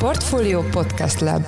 Portfolio Podcast Lab.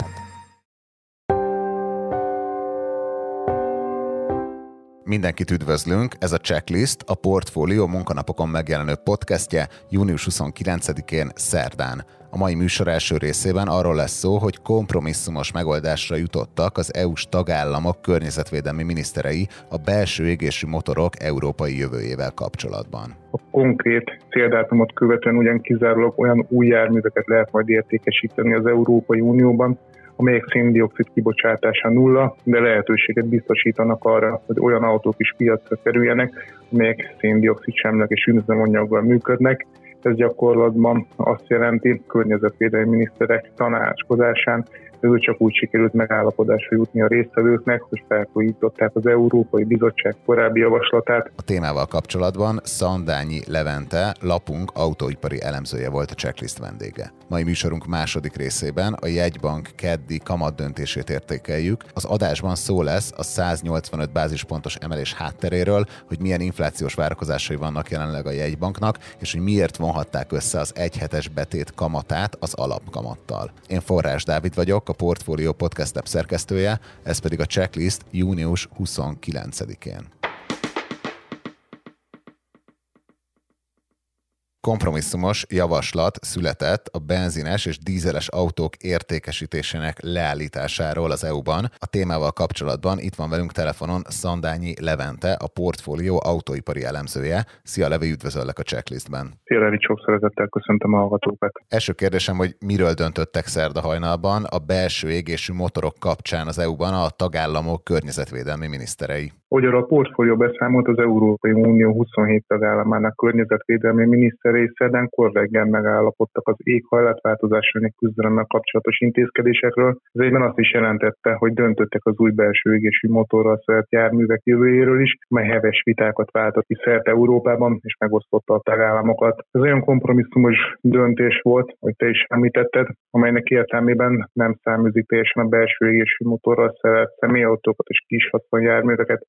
Mindenkit üdvözlünk, ez a Checklist, a Portfolio munkanapokon megjelenő podcastje június 29-én szerdán. A mai műsor első részében arról lesz szó, hogy kompromisszumos megoldásra jutottak az EU-s tagállamok környezetvédelmi miniszterei a belső égésű motorok európai jövőjével kapcsolatban. A konkrét céldátumot követően ugyan kizárólag olyan új járműveket lehet majd értékesíteni az Európai Unióban, amelyek szén-dioxid kibocsátása nulla, de lehetőséget biztosítanak arra, hogy olyan autók is piacra kerüljenek, amelyek szén-dioxid semleges üzemanyaggal működnek. Ez gyakorlatban azt jelenti, környezetvédelmi miniszterek tanácskozásán ez csak úgy sikerült megállapodásra jutni a résztvevőknek, hogy felfújították az Európai Bizottság korábbi javaslatát. A témával kapcsolatban Szandányi Levente, lapunk autóipari elemzője volt a Checklist vendége. Mai műsorunk második részében a jegybank keddi kamatdöntését értékeljük. Az adásban szó lesz a 185 bázispontos emelés hátteréről, hogy milyen inflációs várakozásai vannak jelenleg a jegybanknak, és hogy miért vonhatták össze az egyhetes betét kamatát az alapkamattal. Én Forrás Dávid vagyok, a Portfolio Podcast Lab szerkesztője, ez pedig a Checklist június 29-én. Kompromisszumos javaslat született a benzines és dízeles autók értékesítésének leállításáról az EU-ban. A témával kapcsolatban itt van velünk telefonon Szandányi Levente, a Portfolio autóipari elemzője. Szia Levi, üdvözöllek a Checklistben. Szia Levi, sok szeretettel köszöntöm a hallgatókat. Első kérdésem, hogy miről döntöttek szerda hajnalban a belső égésű motorok kapcsán az EU-ban a tagállamok környezetvédelmi miniszterei? Ahogy a Portfolio beszámolt, az Európai Unió 27 tagállamának környezetvédelmi miniszterei szerdán reggel megállapodtak az éghajlatváltozással küzdelemmel kapcsolatos intézkedésekről. Ez egyben azt is jelentette, hogy döntöttek az új belső égésű motorral szerelt járművek jövőjéről is, mely heves vitákat váltott ki szerte Európában, és megosztotta a tagállamokat. Ez olyan kompromisszumos döntés volt, hogy te is említetted, amelynek értelmében nem száműzik teljesen a belső égésű motorral szerelt személyautókat és kis haszonjárműveket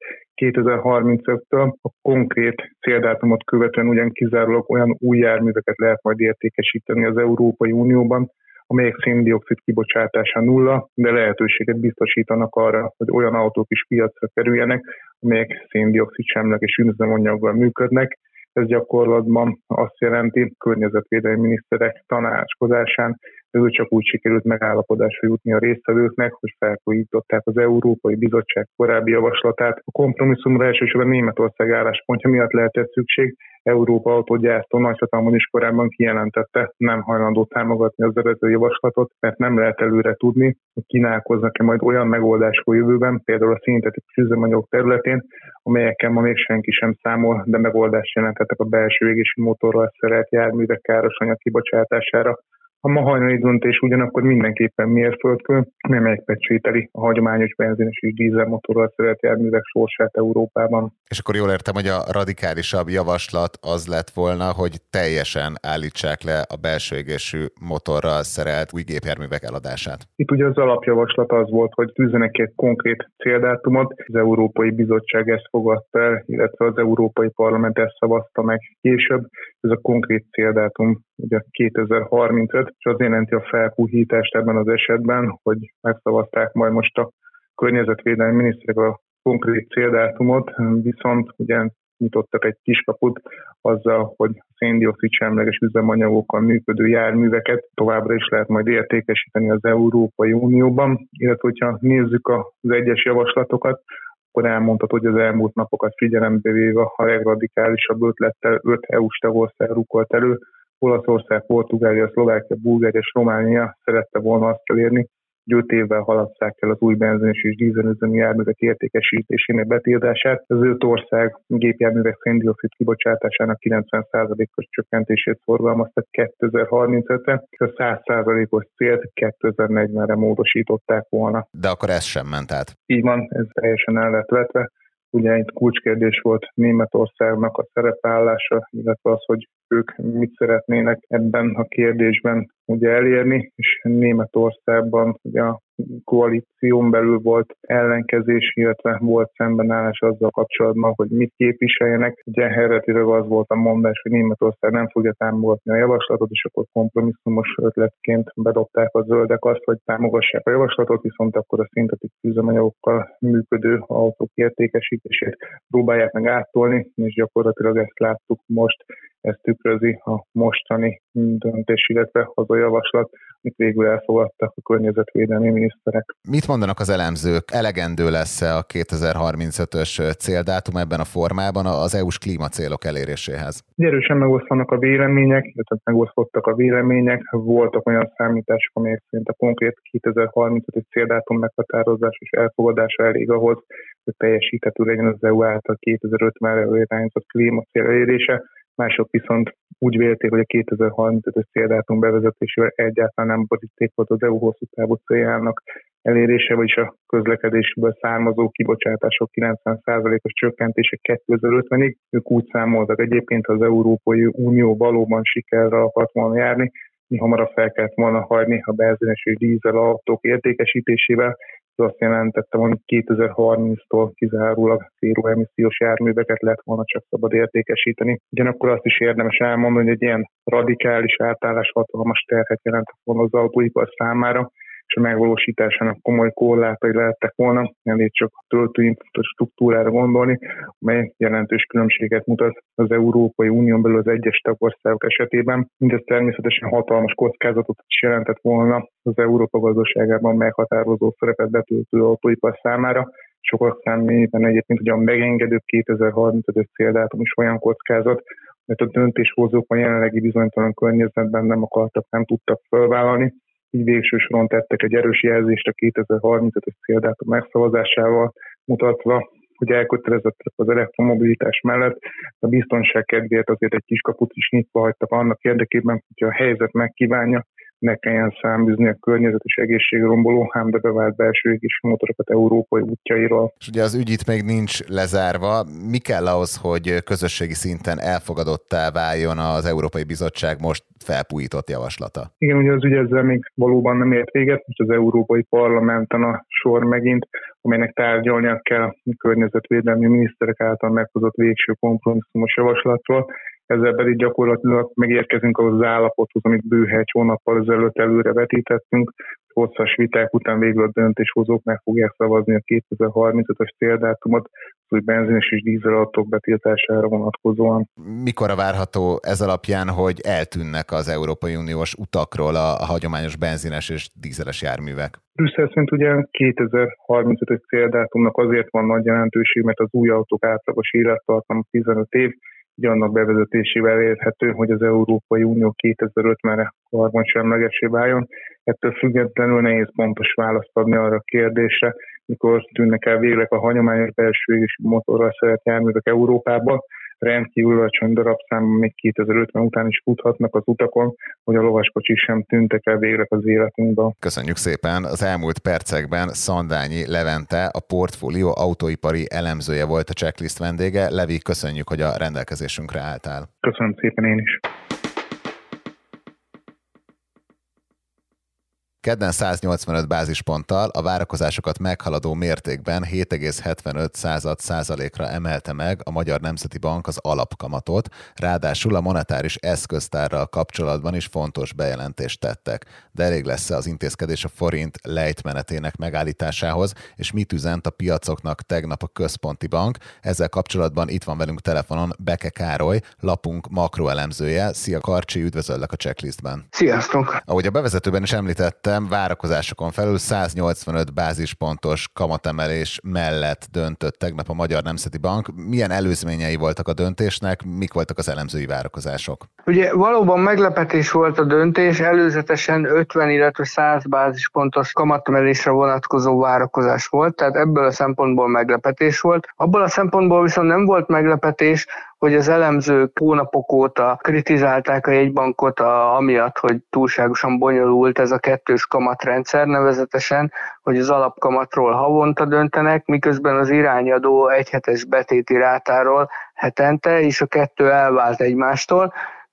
2035-től. A konkrét céldátumot követően ugyan kizárólag olyan új járműveket lehet majd értékesíteni az Európai Unióban, amelyek szén-dioxid kibocsátása nulla, de lehetőséget biztosítanak arra, hogy olyan autók is piacra kerüljenek, amelyek szén-dioxid semleges üzemanyaggal működnek. Ez gyakorlatban azt jelenti, környezetvédelmi miniszterek tanácskozásán ez csak úgy sikerült megállapodásra jutni a résztvevőknek, hogy felfújították az Európai Bizottság korábbi javaslatát. A kompromisszumra elsősorban Németország álláspontja miatt lehetett szükség. Európa autógyártó nagyhatalmon is korábban kijelentette, nem hajlandó támogatni az eredeti javaslatot, mert nem lehet előre tudni, hogy kínálkoznak-e majd olyan megoldások jövőben, például a szintetikus üzemanyagok területén, amelyekkel ma még senki sem számol, de megoldást jelentettek a belső égésű motorral szerelt járművek károsanyag kibocsátására. A ma hajnali döntés ugyanakkor mindenképpen mérföldkő, mely megpecsételi a hagyományos benzines és dízelmotorral szerelt járművek sorsát Európában. És akkor jól értem, hogy a radikálisabb javaslat az lett volna, hogy teljesen állítsák le a belső égésű motorral szerelt új gépjárművek eladását. Itt ugye az alapjavaslat az volt, hogy tűzzenek egy konkrét céldátumot. Az Európai Bizottság ezt fogadta el, illetve az Európai Parlament ezt szavazta meg később. Ez a konkrét céldátum ugye 2035, és az jelenti a felpuhítást ebben az esetben, hogy megszavazták majd most a környezetvédelmi miniszterek a konkrét céldátumot, viszont ugye nyitottak egy kiskaput azzal, hogy szén-dioxid semleges üzemanyagokkal működő járműveket továbbra is lehet majd értékesíteni az Európai Unióban, illetve hogyha nézzük az egyes javaslatokat, akkor elmondható, hogy az elmúlt napokat figyelembe véve a legradikálisabb ötlettel 5 EU-s tagország rukkolt elő. Olaszország, Portugália, Szlovákia, Bulgária és Románia szerette volna azt elérni, hogy 5 évvel halasszák el az új benzines és dízelüzemű járművek értékesítésének betiltását. Az 5 ország gépjárművek szén-dioxid kibocsátásának 90%-os csökkentését szorgalmazta 2035-re, és a 100%-os célt 2040-re módosították volna. De akkor ez sem ment át. Így van, ez teljesen el lett vetve. Ugye itt kulcskérdés volt Németországnak a szerepállása, illetve az, hogy ők mit szeretnének ebben a kérdésben ugye elérni, és Németországban ugye a koalíción belül volt ellenkezés, illetve volt szembenállás azzal kapcsolatban, hogy mit képviseljenek. Ugye eredetileg az volt a mondás, hogy Németország nem fogja támogatni a javaslatot, és akkor kompromisszumos ötletként bedobták a zöldek azt, hogy támogassák a javaslatot, viszont akkor a szintetikus üzemanyagokkal működő autók értékesítését próbálják meg áttolni, és gyakorlatilag ezt láttuk most, ez tükrözi a mostani döntés, illetve az a javaslat, amit végül elfogadtak a környezetvédelmi miniszterek. Mit mondanak az elemzők? Elegendő lesz-e a 2035-ös céldátum ebben a formában az EU-s klímacélok eléréséhez? Erősen megosztanak a vélemények, illetve megosztottak a vélemények. Voltak olyan számítások, amelyek szerint a konkrét 2035-ös céldátum meghatározás és elfogadása elég ahhoz, hogy teljesíthető legyen az EU által 2050-re irányzott klímacél elérése. Mások viszont úgy vélték, hogy a 2035-ös céldátum bevezetésével egyáltalán nem borítékot az EU hosszú távú céljának elérése, vagyis a közlekedésből származó kibocsátások 90%-os csökkentése 2050-ig. Ők úgy számoltak egyébként, ha az Európai Unió valóban sikerrel akart volna járni, mi hamarabb fel kellett volna hagyni a benzines és dízel autók értékesítésével. Ez azt jelentette, hogy 2030-tól kizárólag zéró emissziós járműveket lett volna csak szabad értékesíteni. Ugyanakkor azt is érdemes elmondani, hogy egy ilyen radikális átállás hatalmas terhet jelentett volna az autóipar számára, és a megvalósításának komoly korlátai lehettek volna, elég csak a töltőinfrastruktúrára gondolni, amely jelentős különbséget mutat az Európai Unión belül az egyes tagországok esetében. Mindez természetesen hatalmas kockázatot is jelentett volna az Európa gazdaságában meghatározó szerepet betöltő autóipar számára. Sokak számítani egyébként, hogy a megengedő 2035-ös céldátum is olyan kockázat, mert a döntéshozók a jelenlegi bizonytalan környezetben nem tudtak felvállalni. Így végső soron tettek egy erős jelzést a 2035-ös céldátum megszavazásával, mutatva, hogy elkötelezettek az elektromobilitás mellett, a biztonság kedvéért azért egy kiskaput is nyitva hagytak annak érdekében, hogyha a helyzet megkívánja, ne kelljen száműzni a környezet és egészségromboló, ám de bevált belső égési motorokat európai útjairól. És ugye az ügy itt még nincs lezárva. Mi kell ahhoz, hogy közösségi szinten elfogadottá váljon az Európai Bizottság most felpújított javaslata? Igen, ugye az ügy ezzel még valóban nem ért véget, most az Európai Parlamenten a sor megint, amelynek tárgyalnia kell a környezetvédelmi miniszterek által meghozott végső kompromisszumos javaslatról. Ezzel pedig gyakorlatilag megérkezünk ahhoz az állapothoz, amit bőhe egy hónappal ezelőtt előre vetítettünk. Hosszas viták után végül a döntéshozók meg fogják szavazni a 2035-ös céldátumot, hogy benzines és dízelautók betiltására vonatkozóan. Mikorra várható ez alapján, hogy eltűnnek az Európai Uniós utakról a hagyományos benzines és dízeles járművek? Brüsszel szerint ugye 2035-ös céldátumnak azért van nagy jelentőség, mert az új autók átlagos élettartama 15 év, így annak bevezetésével érhető, hogy az Európai Unió 2050-re karbonsemlegessé váljon. Ettől függetlenül nehéz pontos választ adni arra a kérdésre, mikor tűnnek el végleg a hagyományos belső égésű motorral szerelt járművek Európában. Rendkívül alacsony darabszámban még 2050 után is futhatnak az utakon, hogy a lovaskocsik sem tűntek el végleg az életünkben. Köszönjük szépen! Az elmúlt percekben Szandányi Levente, a Portfolio autóipari elemzője volt a Checklist vendége. Levi, köszönjük, hogy a rendelkezésünkre álltál. Köszönöm szépen én is. Kedden 185 bázisponttal a várakozásokat meghaladó mértékben 7,75%-ra emelte meg a Magyar Nemzeti Bank az alapkamatot, ráadásul a monetáris eszköztárral kapcsolatban is fontos bejelentést tettek. De elég lesz-e az intézkedés a forint lejtmenetének megállításához, és mit üzent a piacoknak tegnap a Központi Bank? Ezzel kapcsolatban itt van velünk telefonon Beke Károly, lapunk makroelemzője. Szia Karcsi, üdvözöllek a Checklistben. Sziasztok! Ahogy a bevezetőben is említettem, várakozásokon felül 185 bázispontos kamatemelés mellett döntött tegnap a Magyar Nemzeti Bank. Milyen előzményei voltak a döntésnek, mik voltak az elemzői várakozások? Ugye valóban meglepetés volt a döntés, előzetesen 50, illetve 100 bázispontos kamatemelésre vonatkozó várakozás volt, tehát ebből a szempontból meglepetés volt. Abból a szempontból viszont nem volt meglepetés, hogy az elemzők hónapok óta kritizálták a jegybankot amiatt, hogy túlságosan bonyolult ez a kettős kamatrendszer, nevezetesen, hogy az alapkamatról havonta döntenek, miközben az irányadó egyhetes betéti rátáról hetente, és a kettő elvált egymástól.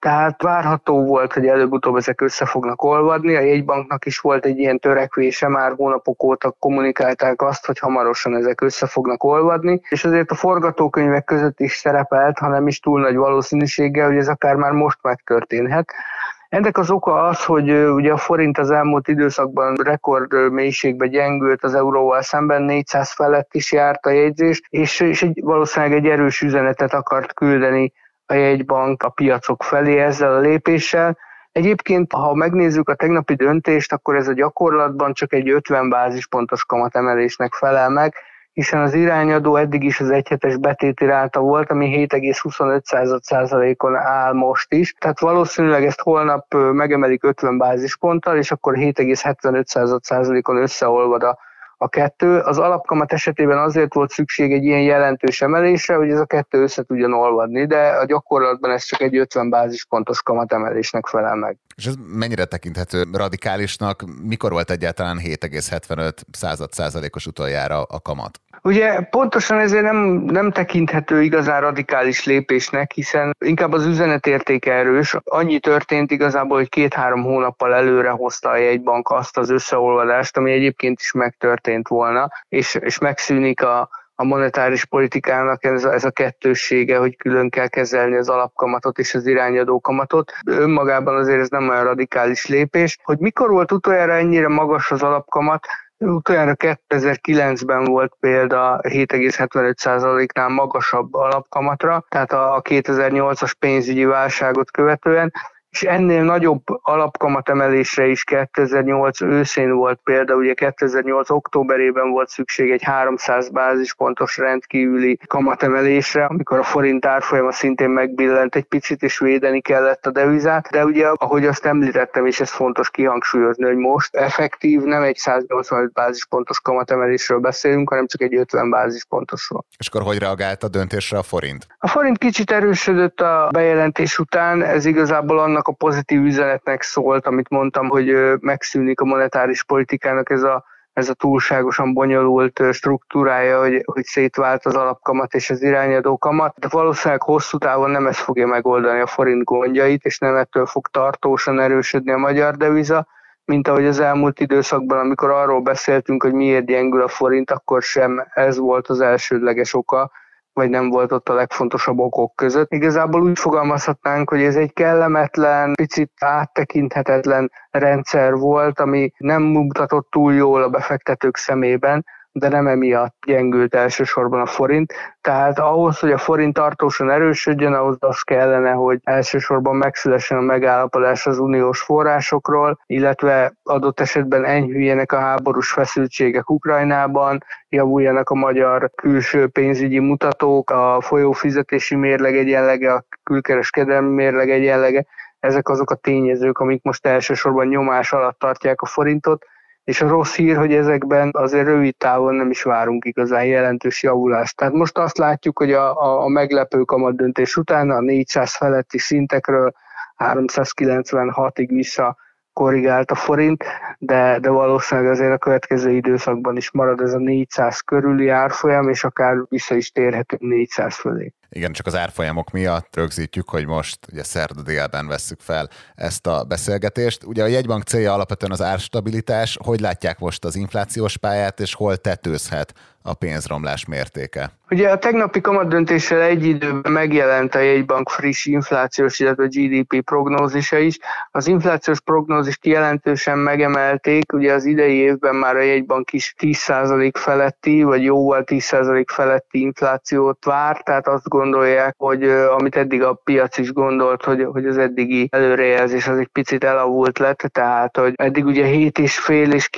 tehát várható volt, hogy előbb-utóbb ezek össze fognak olvadni. A jegybanknak is volt egy ilyen törekvése, már hónapok óta kommunikálták azt, hogy hamarosan ezek össze fognak olvadni, és azért a forgatókönyvek között is szerepelt, ha nem is túl nagy valószínűséggel, hogy ez akár már most megtörténhet. Ennek az oka az, hogy ugye a forint az elmúlt időszakban rekord mélységbe gyengült, az euróval szemben 400 felett is járt a jegyzés, és valószínűleg egy erős üzenetet akart küldeni a jegybank a piacok felé ezzel a lépéssel. Egyébként, ha megnézzük a tegnapi döntést, akkor ez a gyakorlatban csak egy 50 bázispontos kamatemelésnek felel meg, hiszen az irányadó eddig is az egyhetes betéti ráta volt, ami 7,25%-on áll most is. Tehát valószínűleg ezt holnap megemelik 50 bázisponttal, és akkor 7,75%-on összeolvad a kettő. Az alapkamat esetében azért volt szükség egy ilyen jelentős emelésre, hogy ez a kettő össze tudjon olvadni, de a gyakorlatban ez csak egy 50 bázispontos kamatemelésnek felel meg. És ez mennyire tekinthető radikálisnak? Mikor volt egyáltalán 7,75%-os utoljára a kamat? Ugye pontosan ezért nem tekinthető igazán radikális lépésnek, hiszen inkább az üzenetértéke erős. Annyi történt igazából, hogy 2-3 hónappal előre hozta a jegybank azt az összeolvadást, ami egyébként is megtörtént volna, és megszűnik a monetáris politikának ez a kettőssége, hogy külön kell kezelni az alapkamatot és az irányadó kamatot. Önmagában azért ez nem olyan radikális lépés. Hogy mikor volt utoljára ennyire magas az alapkamat, utoljára 2009-ben volt példa 7,75%-nál magasabb alapkamatra, tehát a 2008-as pénzügyi válságot követően, és ennél nagyobb alapkamatemelésre is 2008 őszén volt példa, ugye 2008 októberében volt szükség egy 300 bázispontos rendkívüli kamatemelésre, amikor a forint árfolyama szintén megbillent egy picit, és védeni kellett a devizát, de ugye, ahogy azt említettem, és ez fontos kihangsúlyozni, hogy most effektív nem egy 185 bázispontos kamatemelésről beszélünk, hanem csak egy 50 bázispontosról. És akkor hogy reagált a döntésre a forint? A forint kicsit erősödött a bejelentés után, ez igazából annak a pozitív üzenetnek szólt, amit mondtam, hogy megszűnik a monetáris politikának ez a túlságosan bonyolult struktúrája, hogy szétvált az alapkamat és az irányadó kamat, de valószínűleg hosszú távon nem ez fogja megoldani a forint gondjait, és nem ettől fog tartósan erősödni a magyar deviza, mint ahogy az elmúlt időszakban, amikor arról beszéltünk, hogy miért gyengül a forint, akkor sem ez volt az elsődleges oka, vagy nem volt ott a legfontosabb okok között. Igazából úgy fogalmazhatnánk, hogy ez egy kellemetlen, picit áttekinthetetlen rendszer volt, ami nem mutatott túl jól a befektetők szemében, de nem emiatt gyengült elsősorban a forint. Tehát ahhoz, hogy a forint tartósan erősödjön, ahhoz az kellene, hogy elsősorban megszülessen a megállapodás az uniós forrásokról, illetve adott esetben enyhüljenek a háborús feszültségek Ukrajnában, javuljanak a magyar külső pénzügyi mutatók, a folyófizetési mérleg egyenlege, a külkereskedelmi mérleg egyenlege. Ezek azok a tényezők, amik most elsősorban nyomás alatt tartják a forintot, és a rossz hír, hogy ezekben azért rövid távon nem is várunk igazán jelentős javulást. Tehát most azt látjuk, hogy a meglepő kamatdöntés után a 400 feletti szintekről 396-ig vissza korrigált a forint, de valószínűleg azért a következő időszakban is marad ez a 400 körüli árfolyam, és akár vissza is térhetünk 400 fölé. Igen, csak az árfolyamok miatt rögzítjük, hogy most ugye szerda délben vesszük fel ezt a beszélgetést. Ugye a jegybank célja alapvetően az árstabilitás. Hogy látják most az inflációs pályát, és hol tetőzhet a pénzromlás mértéke? Ugye a tegnapi kamatdöntéssel egy időben megjelent a jegybank friss inflációs, illetve GDP prognózisa is. Az inflációs prognózist jelentősen megemelték, ugye az idei évben már a jegybank is 10% feletti, vagy jóval 10% feletti inflációt vár, tehát azt gondolják, hogy amit eddig a piac is gondolt, hogy az eddigi előrejelzés az egy picit elavult lett, tehát hogy eddig ugye 7,5 és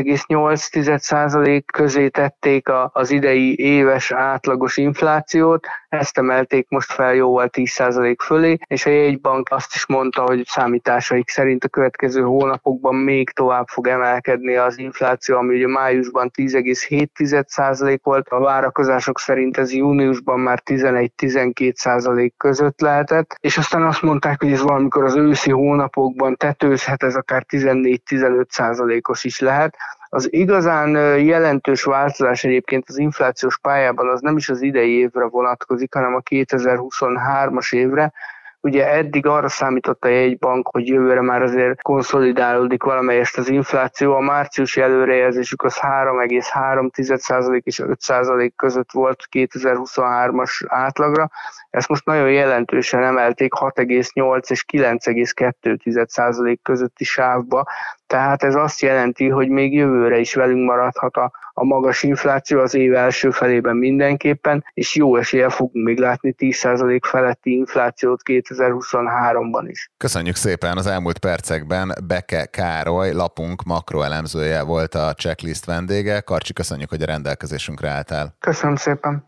9,8% közé tették az idei éves átlagos inflációt, ezt emelték most fel jóval 10% fölé, és a jegybank azt is mondta, hogy számításaik szerint a következő hónapokban még tovább fog emelkedni az infláció, ami ugye májusban 10,7% volt, a várakozások szerint ez júniusban már 11-12% között lehetett, és aztán azt mondták, hogy ez valamikor az őszi hónapokban tetőzhet, ez akár 14-15%-os is lehet. Az igazán jelentős változás egyébként az inflációs pályában az nem is az idei évre vonatkozik, hanem a 2023-as évre. Ugye eddig arra számított a jegybank, hogy jövőre már azért konszolidálódik valamelyest az infláció. A márciusi előrejelzésük az 3,3% és 5% között volt 2023-as átlagra. Ezt most nagyon jelentősen emelték 6,8 és 9,2% közötti sávba. Tehát ez azt jelenti, hogy még jövőre is velünk maradhat a magas infláció az év első felében mindenképpen, és jó eséllyel fogunk még látni 10% feletti inflációt 2023-ban is. Köszönjük szépen! Az elmúlt percekben Beke Károly, lapunk makroelemzője volt a Checklist vendége. Karcsi, köszönjük, hogy a rendelkezésünkre álltál. Köszönöm szépen!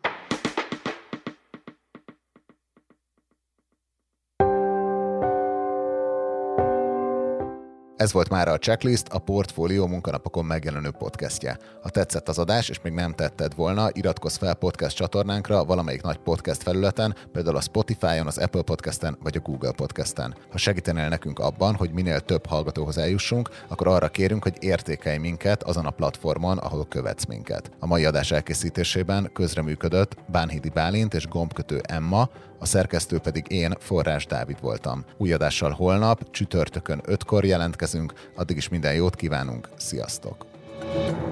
Ez volt mára a Checklist, a Portfólió munkanapokon megjelenő podcastje. Ha tetszett az adás, és még nem tetted volna, iratkozz fel podcast csatornánkra valamelyik nagy podcast felületen, például a Spotify-on, az Apple Podcasten vagy a Google Podcasten. Ha segítenél nekünk abban, hogy minél több hallgatóhoz eljussunk, akkor arra kérünk, hogy értékelj minket azon a platformon, ahol követsz minket. A mai adás elkészítésében közreműködött Bánhidi Bálint és gombkötő Emma, a szerkesztő pedig én, Forrás Dávid voltam. Új adással holnap, csütörtökön 5-kor jelentkezünk, addig is minden jót kívánunk, sziasztok!